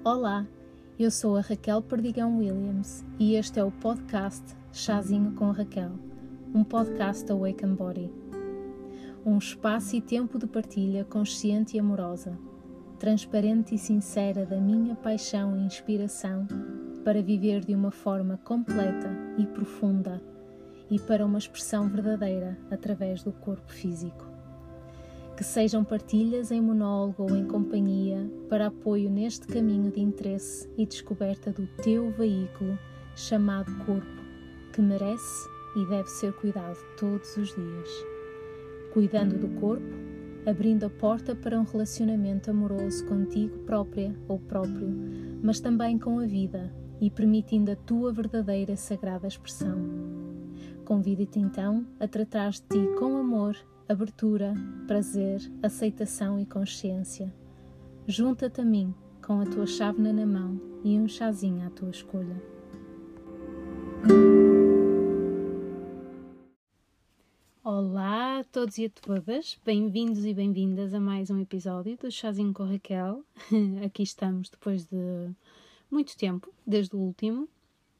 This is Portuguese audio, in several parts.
Olá, eu sou a Raquel Perdigão Williams e este é o podcast Chazinho com Raquel, um podcast da Awaken Body. Um espaço e tempo de partilha consciente e amorosa, transparente e sincera da minha paixão e inspiração para viver de uma forma completa e profunda e para uma expressão verdadeira através do corpo físico. Que sejam partilhas em monólogo ou em companhia para apoio neste caminho de interesse e descoberta do teu veículo chamado corpo, que merece e deve ser cuidado todos os dias. Cuidando do corpo, abrindo a porta para um relacionamento amoroso contigo própria ou próprio, mas também com a vida e permitindo a tua verdadeira sagrada expressão. Convido-te então a tratar de ti com amor, abertura, prazer, aceitação e consciência. Junta-te a mim com a tua chávena na mão e um chazinho à tua escolha. Olá a todos e a todas, bem-vindos e bem-vindas a mais um episódio do Chazinho com Raquel. Aqui estamos depois de muito tempo, desde o último.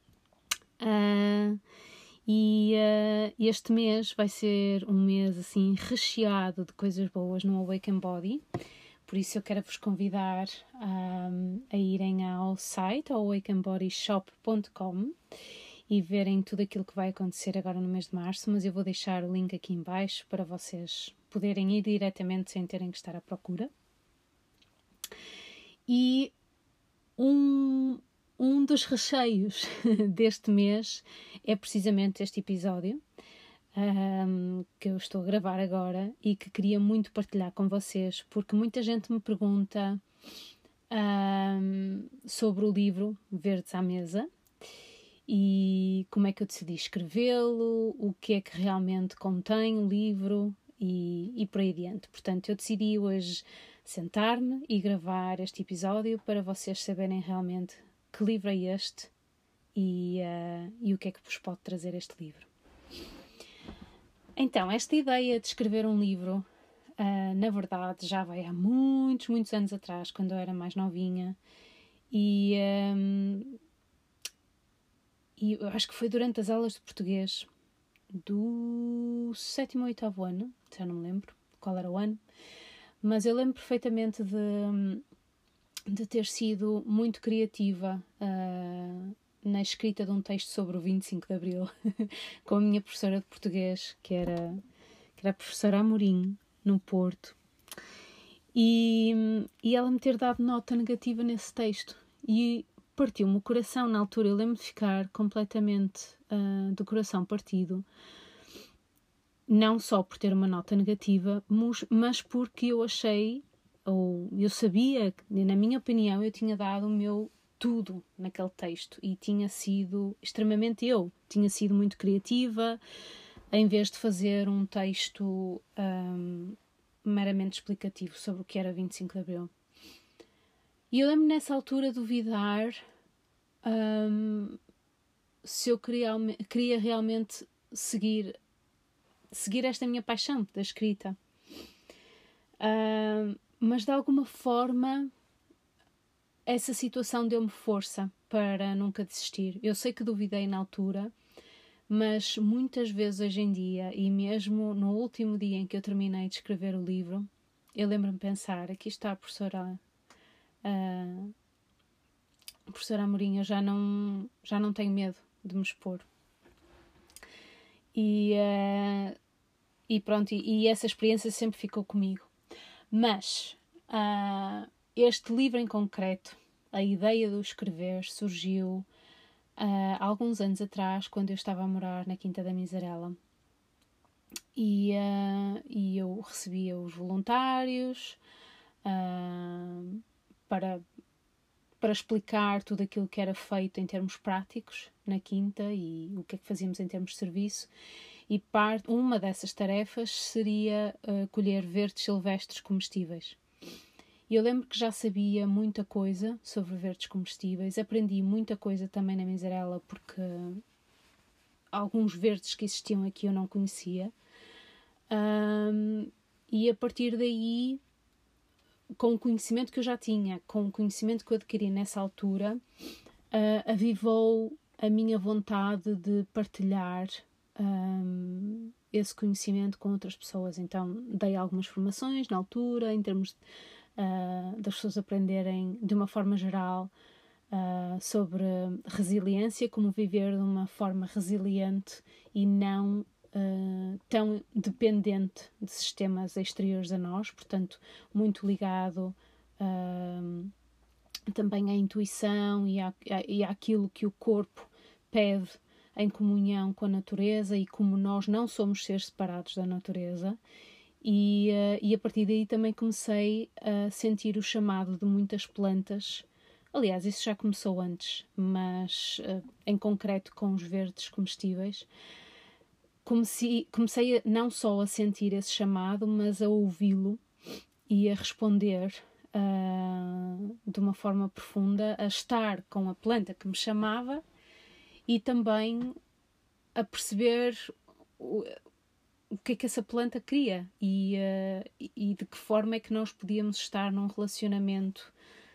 E este mês vai ser um mês assim recheado de coisas boas no Awaken Body, por isso eu quero vos convidar a irem ao site, ao awakenbodyshop.com, e verem tudo aquilo que vai acontecer agora no mês de março, mas eu vou deixar o link aqui em baixo para vocês poderem ir diretamente sem terem que estar à procura. E um dos recheios deste mês é precisamente este episódio que eu estou a gravar agora e que queria muito partilhar com vocês, porque muita gente me pergunta sobre o livro Verdes à Mesa e como é que eu decidi escrevê-lo, o que é que realmente contém o livro e por aí adiante. Portanto, eu decidi hoje sentar-me e gravar este episódio para vocês saberem realmente que livro é este e o que é que vos pode trazer este livro. Então, esta ideia de escrever um livro, na verdade, já vai há muitos anos atrás, quando eu era mais novinha, e eu acho que foi durante as aulas de português do 7º ou 8º ano, já não me lembro qual era o ano, mas eu lembro perfeitamente de ter sido muito criativa na escrita de um texto sobre o 25 de Abril com a minha professora de português, que era a professora Amorim, no Porto, e ela me ter dado nota negativa nesse texto e partiu-me o coração na altura. Eu lembro de ficar completamente do coração partido, não só por ter uma nota negativa, mas porque eu achei, ou eu sabia que, na minha opinião, eu tinha dado o meu tudo naquele texto e tinha sido extremamente tinha sido muito criativa, em vez de fazer um texto meramente explicativo sobre o que era 25 de Abril. E eu lembro nessa altura duvidar se eu queria realmente seguir esta minha paixão da escrita. Mas de alguma forma essa situação deu-me força para nunca desistir. Eu sei que duvidei na altura, mas muitas vezes hoje em dia, e mesmo no último dia em que eu terminei de escrever o livro, eu lembro-me de pensar, aqui está a professora Amorim, eu já não tenho medo de me expor. E pronto, e essa experiência sempre ficou comigo. Mas este livro em concreto, a ideia de o escrever surgiu há alguns anos atrás, quando eu estava a morar na Quinta da Miserela. E eu recebia os voluntários para explicar tudo aquilo que era feito em termos práticos na Quinta e o que é que fazíamos em termos de serviço. E uma dessas tarefas seria colher verdes silvestres comestíveis. E eu lembro que já sabia muita coisa sobre verdes comestíveis, aprendi muita coisa também na Miserela, porque alguns verdes que existiam aqui eu não conhecia. E a partir daí com o conhecimento que eu já tinha, com o conhecimento que eu adquiri nessa altura, avivou a minha vontade de partilhar esse conhecimento com outras pessoas. Então dei algumas formações na altura, em termos das pessoas aprenderem de uma forma geral sobre resiliência, como viver de uma forma resiliente e não tão dependente de sistemas exteriores a nós, portanto muito ligado também à intuição e àquilo que o corpo pede em comunhão com a natureza, e como nós não somos seres separados da natureza. E a partir daí também comecei a sentir o chamado de muitas plantas. Aliás, isso já começou antes, mas em concreto com os verdes comestíveis. Comecei não só a sentir esse chamado, mas a ouvi-lo e a responder de uma forma profunda, a estar com a planta que me chamava e também a perceber o que é que essa planta queria e de que forma é que nós podíamos estar num relacionamento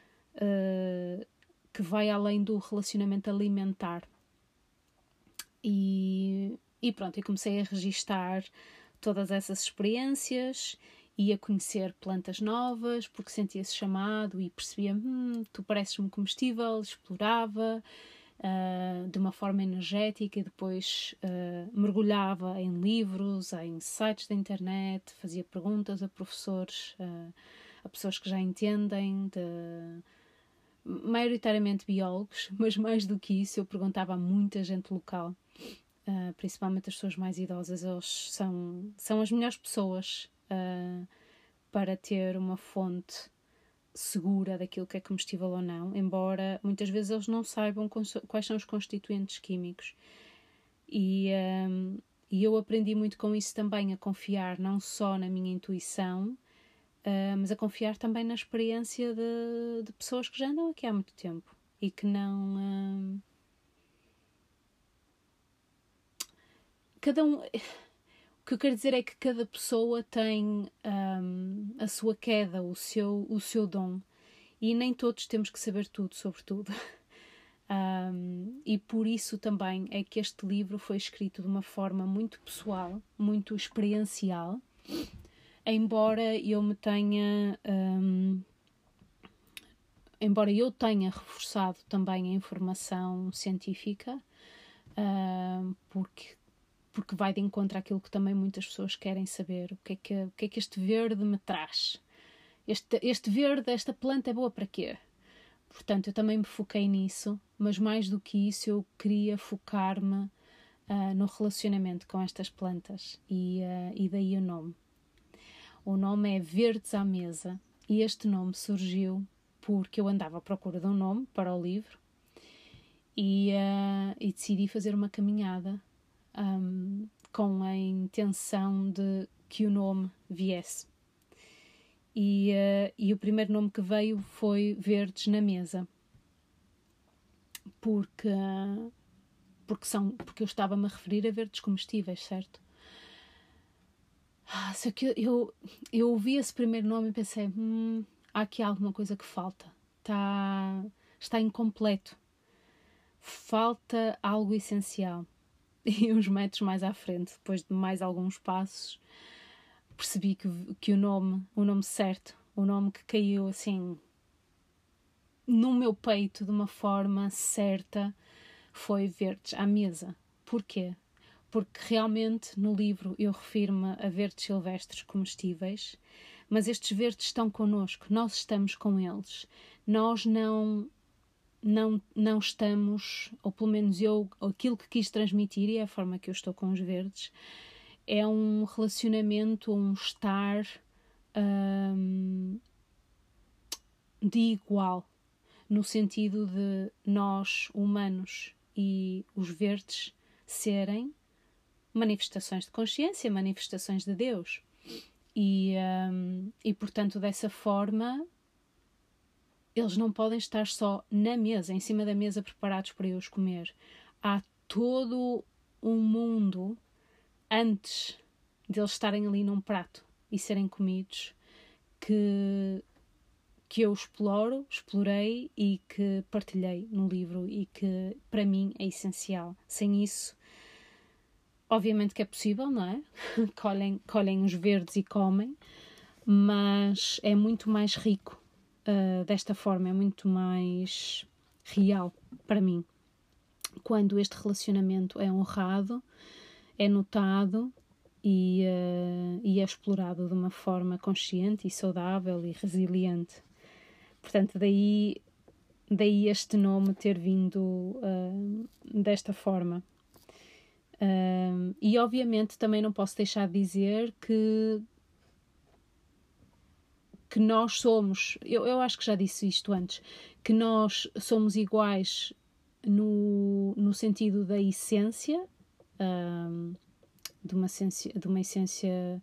que vai além do relacionamento alimentar. E pronto, eu comecei a registar todas essas experiências e a conhecer plantas novas, porque sentia esse chamado e percebia, tu pareces-me comestível, explorava de uma forma energética e depois mergulhava em livros, em sites da internet, fazia perguntas a professores, a pessoas que já entendem, maioritariamente biólogos, mas mais do que isso eu perguntava a muita gente local. Principalmente as pessoas mais idosas, eles são as melhores pessoas para ter uma fonte segura daquilo que é comestível ou não, embora muitas vezes eles não saibam quais são os constituintes químicos. E eu aprendi muito com isso também, a confiar não só na minha intuição, mas a confiar também na experiência de pessoas que já andam aqui há muito tempo e que não... Cada um... O que eu quero dizer é que cada pessoa tem a sua queda, o seu dom, e nem todos temos que saber tudo sobre tudo. E por isso também é que este livro foi escrito de uma forma muito pessoal, muito experiencial, embora eu tenha reforçado também a informação científica, porque vai de encontro àquilo que também muitas pessoas querem saber. O que é que este verde me traz? Este verde, esta planta é boa para quê? Portanto, eu também me foquei nisso, mas mais do que isso eu queria focar-me no relacionamento com estas plantas e daí o nome. O nome é Verdes à Mesa e este nome surgiu porque eu andava à procura de um nome para o livro e decidi fazer uma caminhada com a intenção de que o nome viesse. E o primeiro nome que veio foi Verdes na Mesa, porque eu estava-me a referir a verdes comestíveis, certo? Só que eu ouvi esse primeiro nome e pensei, há aqui alguma coisa que falta, está incompleto, falta algo essencial. E uns metros mais à frente, depois de mais alguns passos, percebi que o nome certo, o nome que caiu assim no meu peito de uma forma certa, foi Verdes à Mesa. Porquê? Porque realmente no livro eu refiro-me a verdes silvestres comestíveis, mas estes verdes estão connosco, nós estamos com eles. Nós não estamos, ou pelo menos eu, aquilo que quis transmitir, e é a forma que eu estou com os verdes, é um relacionamento, um estar de igual, no sentido de nós, humanos, e os verdes serem manifestações de consciência, manifestações de Deus. E portanto, dessa forma, eles não podem estar só na mesa, em cima da mesa, preparados para eu os comer. Há todo um mundo antes de eles estarem ali num prato e serem comidos, que eu explorei e que partilhei no livro e que para mim é essencial. Sem isso, obviamente que é possível, não é? colhem os verdes e comem, mas é muito mais rico desta forma, é muito mais real para mim. Quando este relacionamento é honrado, é notado e é explorado de uma forma consciente e saudável e resiliente. Portanto, daí este nome ter vindo desta forma. E obviamente também não posso deixar de dizer que nós somos, eu acho que já disse isto antes, que nós somos iguais no sentido da essência, de uma essência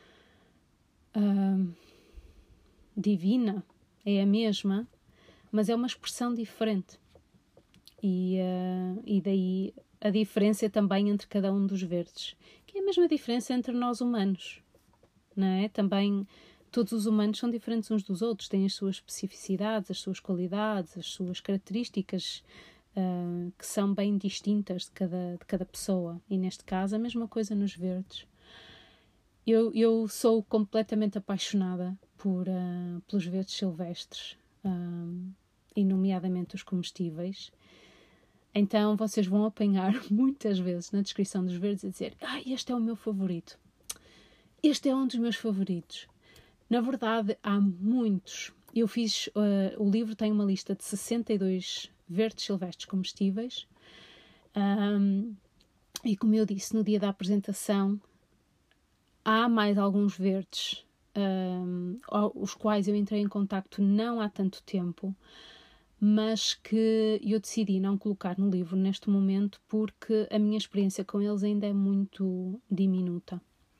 divina, é a mesma, mas é uma expressão diferente. E daí a diferença também entre cada um dos verdes, que é a mesma diferença entre nós humanos, não é? Também todos os humanos são diferentes uns dos outros, têm as suas especificidades, as suas qualidades, as suas características que são bem distintas de cada pessoa. E neste caso a mesma coisa nos verdes. Eu sou completamente apaixonada pelos verdes silvestres, e nomeadamente os comestíveis. Então vocês vão apanhar muitas vezes na descrição dos verdes a dizer: este é o meu favorito. Este é um dos meus favoritos. Na verdade, há muitos. Eu fiz... o livro tem uma lista de 62 verdes silvestres comestíveis. E como eu disse no dia da apresentação, há mais alguns verdes os quais eu entrei em contacto não há tanto tempo, mas que eu decidi não colocar no livro neste momento porque a minha experiência com eles ainda é muito diminuta.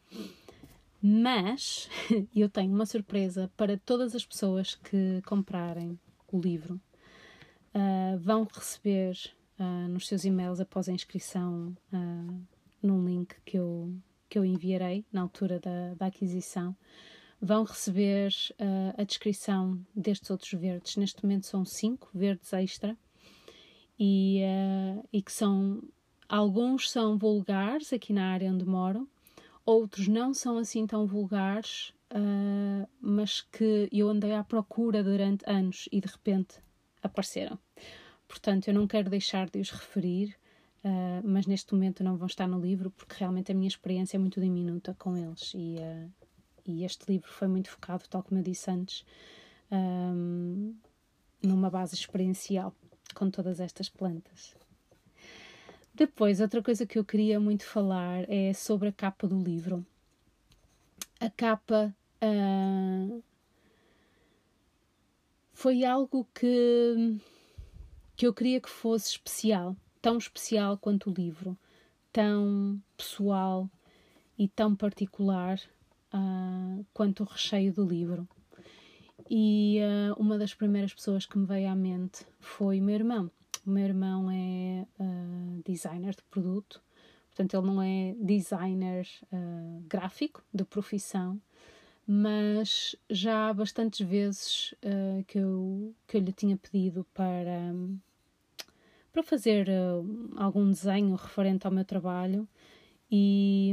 Mas eu tenho uma surpresa para todas as pessoas que comprarem o livro. Vão receber nos seus e-mails após a inscrição num link que eu enviarei na altura da aquisição. Vão receber a descrição destes outros verdes. Neste momento são 5 verdes extra e que são... Alguns são vulgares aqui na área onde moro, outros não são assim tão vulgares, mas que eu andei à procura durante anos e de repente apareceram. Portanto, eu não quero deixar de os referir, mas neste momento não vão estar no livro porque realmente a minha experiência é muito diminuta com eles e este livro foi muito focado, tal como eu disse antes, numa base experiencial com todas estas plantas. Depois, outra coisa que eu queria muito falar é sobre a capa do livro. A capa foi algo que eu queria que fosse especial, tão especial quanto o livro, tão pessoal e tão particular quanto o recheio do livro. E uma das primeiras pessoas que me veio à mente foi o meu irmão. O meu irmão é designer de produto, portanto ele não é designer gráfico de profissão, mas já há bastantes vezes que eu lhe tinha pedido para fazer algum desenho referente ao meu trabalho e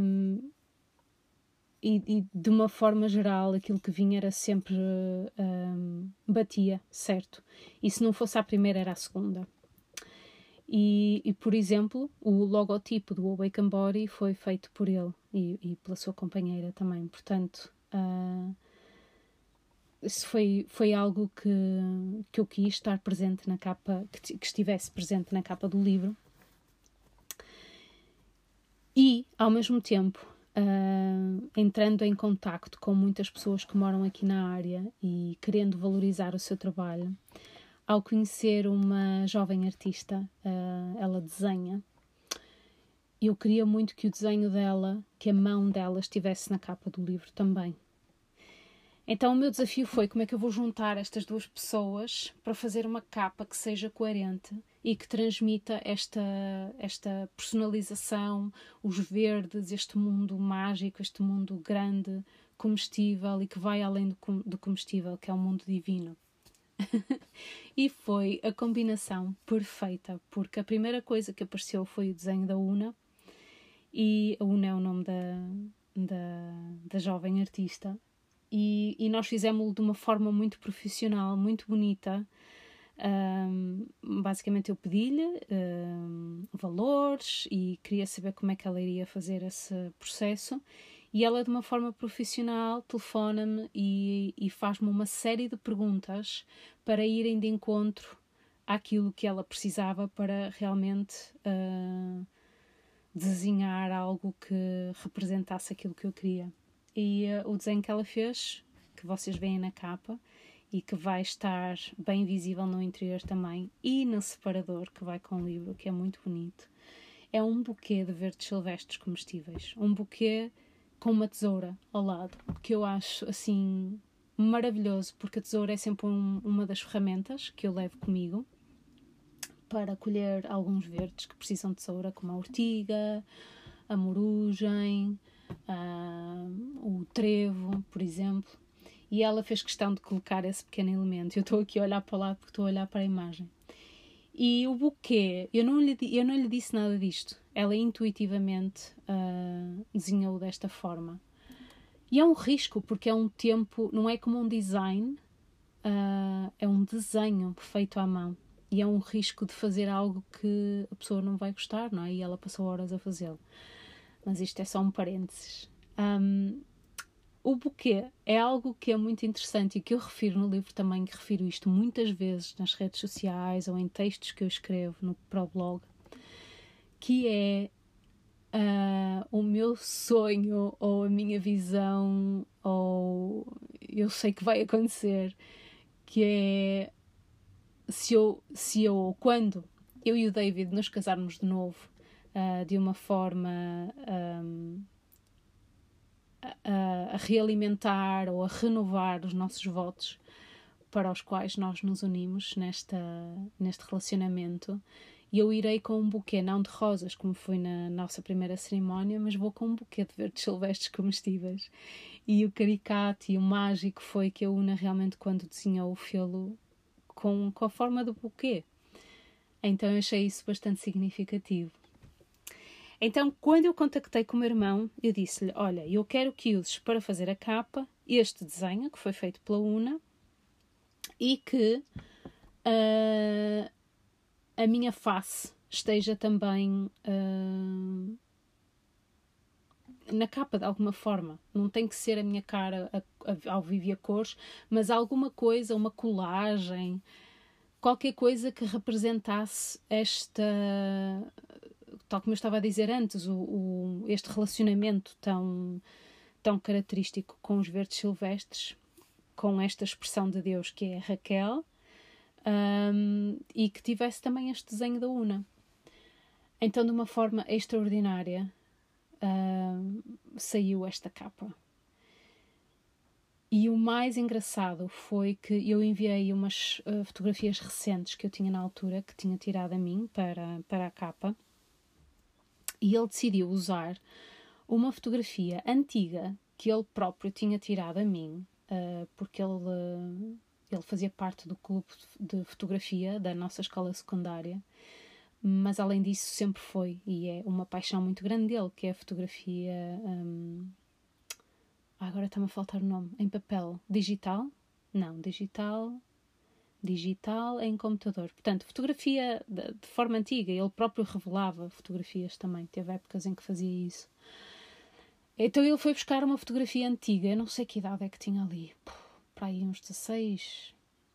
de uma forma geral aquilo que vinha era sempre batia, certo? E se não fosse a primeira era a segunda. E, por exemplo, o logotipo do Awaken Body foi feito por ele e pela sua companheira também. Portanto, isso foi algo que eu quis estar presente na capa, que estivesse presente na capa do livro. E, ao mesmo tempo, entrando em contacto com muitas pessoas que moram aqui na área e querendo valorizar o seu trabalho, ao conhecer uma jovem artista, ela desenha, eu queria muito que o desenho dela, que a mão dela estivesse na capa do livro também. Então o meu desafio foi como é que eu vou juntar estas duas pessoas para fazer uma capa que seja coerente e que transmita esta personalização, os verdes, este mundo mágico, este mundo grande, comestível e que vai além do comestível, que é o mundo divino. E foi a combinação perfeita, porque a primeira coisa que apareceu foi o desenho da Una, e a Una é o nome da jovem artista, e nós fizemos-lo de uma forma muito profissional, muito bonita. Basicamente eu pedi-lhe valores e queria saber como é que ela iria fazer esse processo, e ela, de uma forma profissional, telefona-me e faz-me uma série de perguntas para irem de encontro àquilo que ela precisava para realmente desenhar algo que representasse aquilo que eu queria. E o desenho que ela fez, que vocês veem na capa e que vai estar bem visível no interior também e no separador que vai com o livro, que é muito bonito, é um buquê de verdes silvestres comestíveis, um buquê com uma tesoura ao lado, que eu acho assim maravilhoso, porque a tesoura é sempre uma das ferramentas que eu levo comigo para colher alguns verdes que precisam de tesoura, como a ortiga, a morugem, o trevo, por exemplo. E ela fez questão de colocar esse pequeno elemento. Eu estou aqui a olhar para o lado porque estou a olhar para a imagem. E o buquê, eu não lhe disse nada disto. Ela intuitivamente desenhou desta forma. E é um risco, porque é um tempo, não é como um design, é um desenho feito à mão. E é um risco de fazer algo que a pessoa não vai gostar, não é? E ela passou horas a fazê-lo. Mas isto é só um parênteses. O buquê é algo que é muito interessante e que eu refiro no livro também, que refiro isto muitas vezes nas redes sociais ou em textos que eu escrevo para o blog, que é o meu sonho ou a minha visão, ou eu sei que vai acontecer, que é quando eu e o David nos casarmos de novo, de uma forma a realimentar ou a renovar os nossos votos para os quais nós nos unimos neste relacionamento. E eu irei com um buquê, não de rosas, como foi na nossa primeira cerimónia, mas vou com um buquê de verdes silvestres comestíveis. E o caricato e o mágico foi que a Una realmente, quando desenhou, fê-lo com a forma do buquê. Então eu achei isso bastante significativo. Então, quando eu contactei com o meu irmão, eu disse-lhe, olha, eu quero que uses para fazer a capa este desenho, que foi feito pela Una, e que a minha face esteja também na capa de alguma forma. Não tem que ser a minha cara ao vivo e a cores, mas alguma coisa, uma colagem, qualquer coisa que representasse tal como eu estava a dizer antes, este relacionamento tão característico com os verdes silvestres, com esta expressão de Deus que é Raquel, e que tivesse também este desenho da Una. Então, de uma forma extraordinária, saiu esta capa. E o mais engraçado foi que eu enviei umas fotografias recentes que eu tinha na altura, que tinha tirado a mim para a capa, e ele decidiu usar uma fotografia antiga que ele próprio tinha tirado a mim, porque ele fazia parte do clube de fotografia da nossa escola secundária, mas além disso sempre foi, e é uma paixão muito grande dele, que é a fotografia... agora está-me a faltar o nome. Em papel. Digital? Não, digital em computador. Portanto, fotografia de forma antiga. Ele próprio revelava fotografias também. Teve épocas em que fazia isso. Então ele foi buscar uma fotografia antiga. Eu não sei que idade é que tinha ali. Para aí uns 16,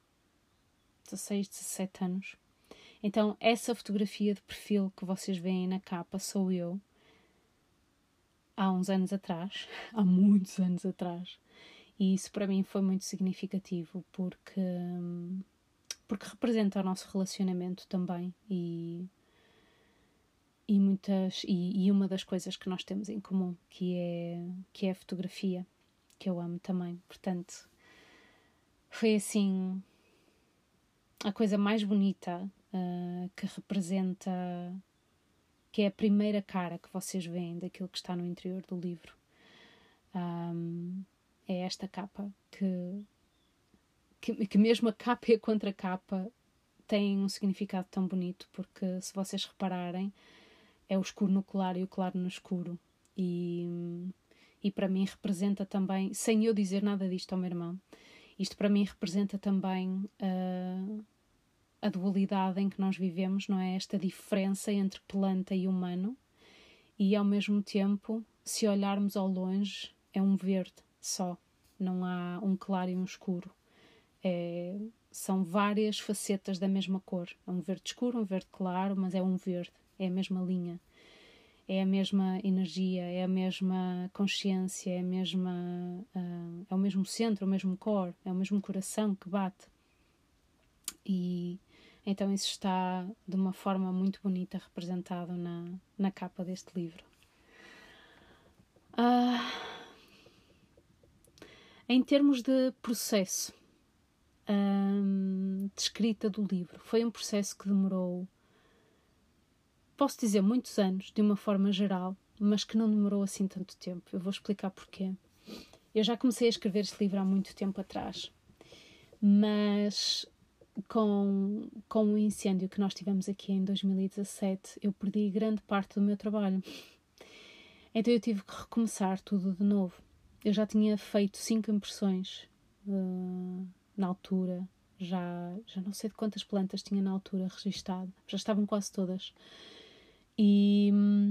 17 anos. Então essa fotografia de perfil que vocês veem na capa sou eu. Há uns anos atrás. Há muitos anos atrás. E isso para mim foi muito significativo porque representa o nosso relacionamento também e uma das coisas que nós temos em comum, que é a fotografia, que eu amo também. Portanto, foi assim a coisa mais bonita que representa, que é a primeira cara que vocês veem daquilo que está no interior do livro. É esta capa que mesmo a capa e a contracapa têm um significado tão bonito, porque se vocês repararem, é o escuro no claro e o claro no escuro. E para mim representa também, sem eu dizer nada disto ao meu irmão, isto para mim representa também a dualidade em que nós vivemos, não é? Esta diferença entre planta e humano, e ao mesmo tempo, se olharmos ao longe, é um verde só, não há um claro e um escuro. São várias facetas da mesma cor. É um verde escuro, um verde claro, mas é um verde, é a mesma linha. É a mesma energia, é a mesma consciência, é o mesmo centro, o mesmo core, é o mesmo coração que bate. E então isso está de uma forma muito bonita representado na capa deste livro. Em termos de processo de escrita do livro, foi um processo que demorou, posso dizer, muitos anos, de uma forma geral, mas que não demorou assim tanto tempo. Eu vou explicar porquê. Eu já comecei a escrever este livro há muito tempo atrás, mas com o incêndio que nós tivemos aqui em 2017, eu perdi grande parte do meu trabalho. Então eu tive que recomeçar tudo de novo. Eu já tinha feito 5 impressões na altura, já não sei de quantas plantas tinha na altura registado, já estavam quase todas. E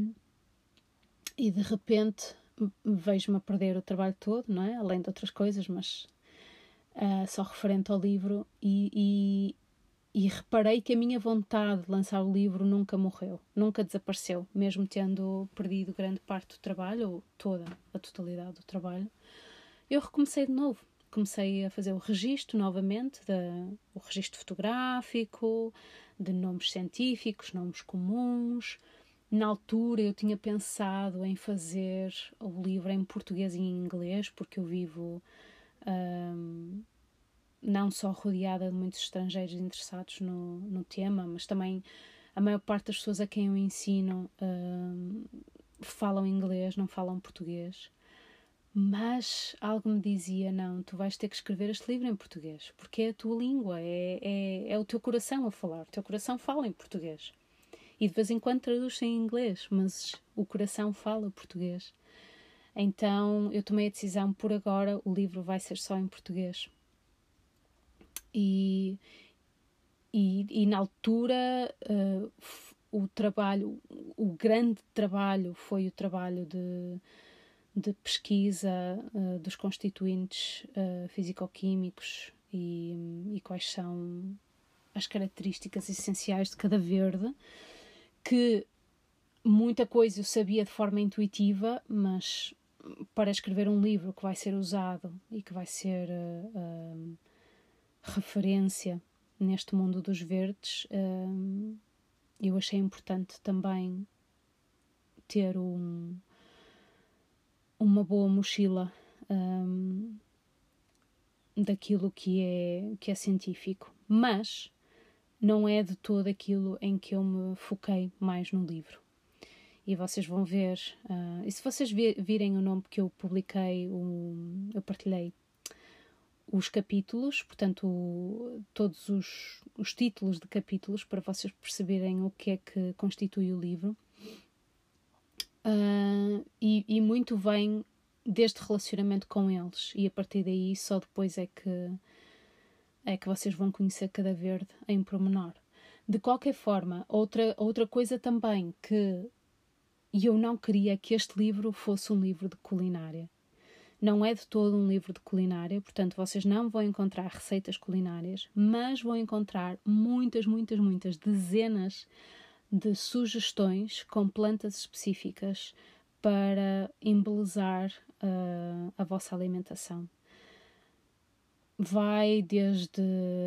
de repente vejo-me a perder o trabalho todo, não é? Além de outras coisas, mas só referente ao livro, e reparei que a minha vontade de lançar o livro nunca morreu, nunca desapareceu, mesmo tendo perdido grande parte do trabalho, ou toda a totalidade do trabalho. Eu recomecei de novo, comecei a fazer o registro novamente, o registro fotográfico, de nomes científicos, nomes comuns. Na altura eu tinha pensado em fazer o livro em português e em inglês, porque eu vivo não só rodeada de muitos estrangeiros interessados no tema, mas também a maior parte das pessoas a quem eu ensino falam inglês, não falam português. Mas algo me dizia, não, tu vais ter que escrever este livro em português, porque é a tua língua, é o teu coração a falar, o teu coração fala em português. E de vez em quando traduz-se em inglês, mas o coração fala português. Então eu tomei a decisão, por agora o livro vai ser só em português. E na altura o grande trabalho foi o trabalho de pesquisa dos constituintes fisicoquímicos e quais são as características essenciais de cada verde, que muita coisa eu sabia de forma intuitiva, mas para escrever um livro que vai ser usado e que vai ser referência neste mundo dos verdes, eu achei importante também ter uma boa mochila daquilo que é científico, mas não é de todo aquilo em que eu me foquei mais no livro. E vocês vão ver, e se vocês virem o nome que eu publiquei, eu partilhei os capítulos, portanto todos os títulos de capítulos, para vocês perceberem o que é que constitui o livro, e muito vem deste relacionamento com eles, e a partir daí só depois é que vocês vão conhecer cada verde em pormenor. De qualquer forma, outra coisa também que eu não queria que este livro fosse um livro de culinária. Não é de todo um livro de culinária, portanto vocês não vão encontrar receitas culinárias, mas vão encontrar muitas dezenas de sugestões com plantas específicas para embelezar a vossa alimentação. Vai desde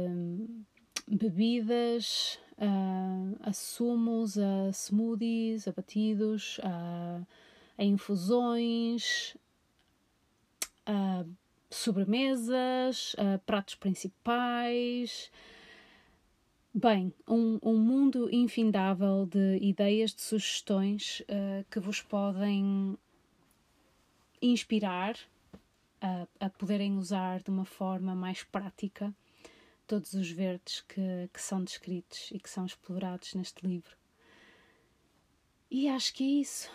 bebidas, a sumos, a smoothies, a batidos, a infusões, a sobremesas, a pratos principais. Bem, um mundo infindável de ideias, de sugestões que vos podem inspirar a poderem usar de uma forma mais prática todos os verdes que são descritos e que são explorados neste livro. E acho que é isso.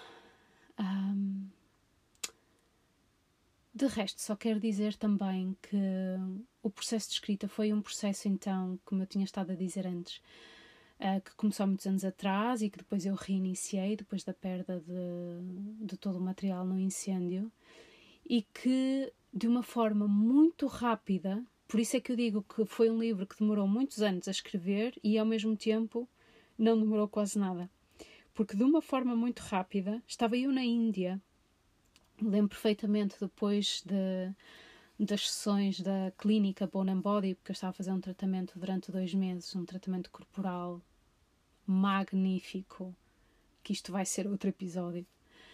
De resto, só quero dizer também que o processo de escrita foi um processo, então, como eu tinha estado a dizer antes, que começou há muitos anos atrás e que depois eu reiniciei, depois da perda de todo o material no incêndio, e que, de uma forma muito rápida, por isso é que eu digo que foi um livro que demorou muitos anos a escrever e, ao mesmo tempo, não demorou quase nada. Porque, de uma forma muito rápida, estava eu na Índia. Lembro perfeitamente depois das sessões da clínica Bone and Body, porque eu estava a fazer um tratamento durante 2 meses, um tratamento corporal magnífico, que isto vai ser outro episódio.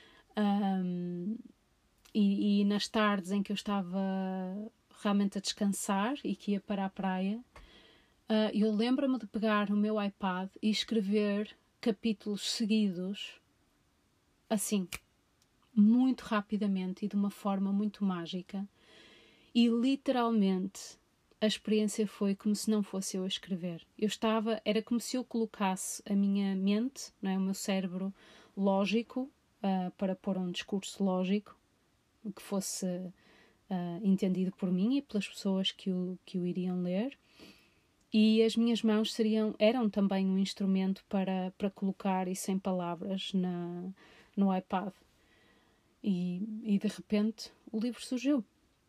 E nas tardes em que eu estava realmente a descansar e que ia para a praia, eu lembro-me de pegar no meu iPad e escrever capítulos seguidos, assim, muito rapidamente e de uma forma muito mágica, e literalmente a experiência foi como se não fosse eu a escrever. Era como se eu colocasse a minha mente, não é, o meu cérebro lógico, para pôr um discurso lógico que fosse entendido por mim e pelas pessoas que o iriam ler, e as minhas mãos eram também um instrumento para colocar isso em palavras no iPad. E de repente o livro surgiu.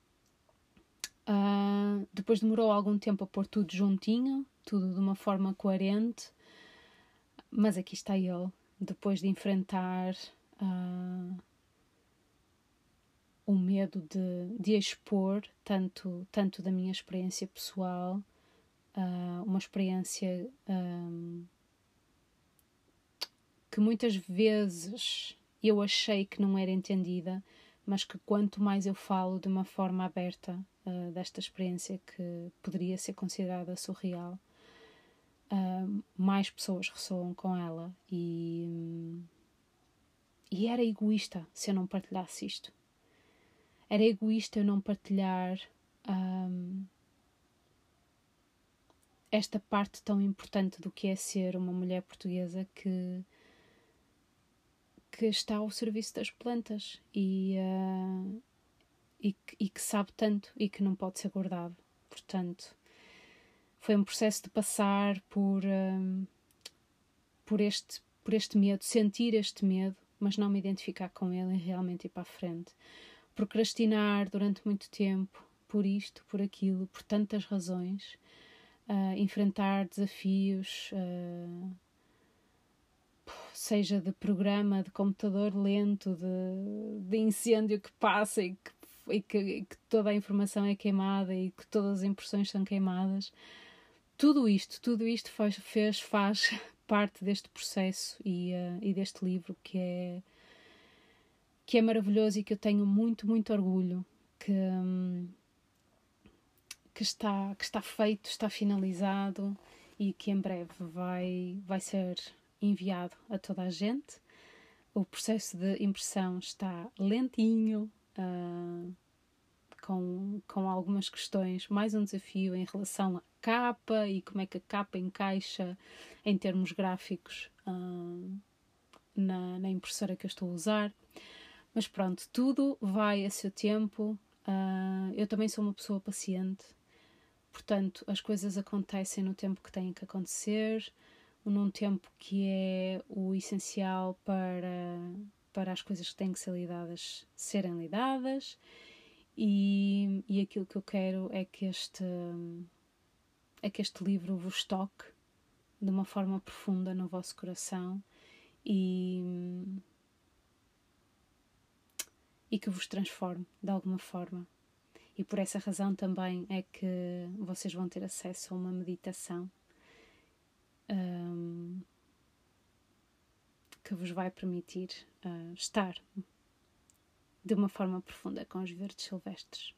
Depois demorou algum tempo a pôr tudo juntinho, tudo de uma forma coerente, mas aqui está ele, depois de enfrentar o medo de expor tanto da minha experiência pessoal, uma experiência que muitas vezes eu achei que não era entendida, mas que quanto mais eu falo de uma forma aberta desta experiência que poderia ser considerada surreal, mais pessoas ressoam com ela, e era egoísta se eu não partilhasse isto. Era egoísta eu não partilhar esta parte tão importante do que é ser uma mulher portuguesa que está ao serviço das plantas e que sabe tanto e que não pode ser guardado. Portanto, foi um processo de passar por este medo, sentir este medo, mas não me identificar com ele e realmente ir para a frente. Procrastinar durante muito tempo por isto, por aquilo, por tantas razões, enfrentar desafios, seja de programa, de computador lento, de incêndio que passa e que toda a informação é queimada e que todas as impressões são queimadas. Tudo isto faz parte deste processo e deste livro que é maravilhoso e que eu tenho muito, muito orgulho que está feito, está finalizado e que em breve vai ser enviado a toda a gente. O processo de impressão está lentinho, com algumas questões, mais um desafio em relação à capa e como é que a capa encaixa em termos gráficos na impressora que eu estou a usar. Mas pronto, tudo vai a seu tempo. Eu também sou uma pessoa paciente, portanto as coisas acontecem no tempo que têm que acontecer, num tempo que é o essencial para as coisas que têm que ser lidadas serem lidadas, e aquilo que eu quero é que este livro vos toque de uma forma profunda no vosso coração e que vos transforme de alguma forma. E por essa razão também é que vocês vão ter acesso a uma meditação que vos vai permitir estar de uma forma profunda com os verdes silvestres.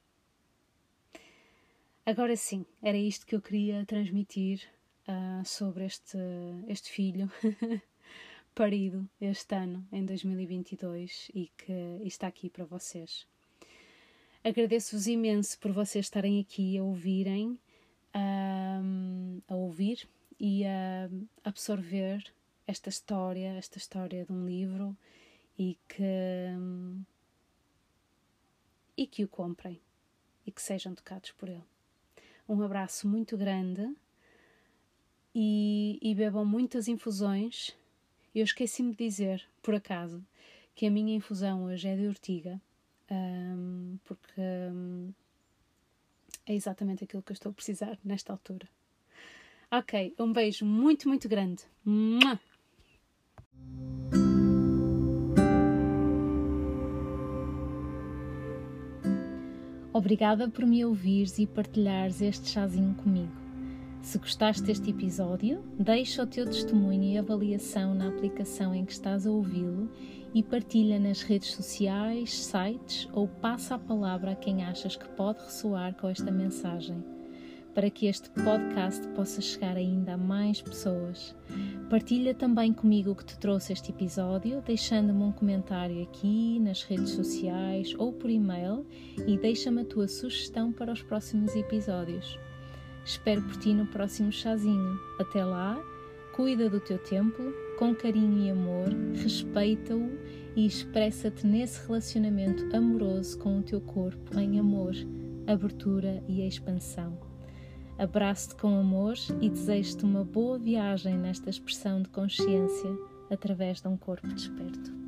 Agora sim, era isto que eu queria transmitir sobre este filho parido este ano, em 2022, e que está aqui para vocês. Agradeço-vos imenso por vocês estarem aqui a ouvirem. a ouvir e a absorver esta história de um livro e que o comprem e que sejam tocados por ele. Um abraço muito grande e bebam muitas infusões. Eu esqueci-me de dizer, por acaso, que a minha infusão hoje é de ortiga, porque é exatamente aquilo que eu estou a precisar nesta altura. Ok, um beijo muito, muito grande. Mua! Obrigada por me ouvires e partilhares este chazinho comigo. Se gostaste deste episódio, deixa o teu testemunho e avaliação na aplicação em que estás a ouvi-lo e partilha nas redes sociais, sites ou passa a palavra a quem achas que pode ressoar com esta mensagem, para que este podcast possa chegar ainda a mais pessoas. Partilha também comigo o que te trouxe este episódio, deixando-me um comentário aqui nas redes sociais ou por e-mail e deixa-me a tua sugestão para os próximos episódios. Espero por ti no próximo chazinho. Até lá, cuida do teu templo, com carinho e amor, respeita-o e expressa-te nesse relacionamento amoroso com o teu corpo em amor, abertura e expansão. Abraço-te com amor e desejo-te uma boa viagem nesta expressão de consciência através de um corpo desperto.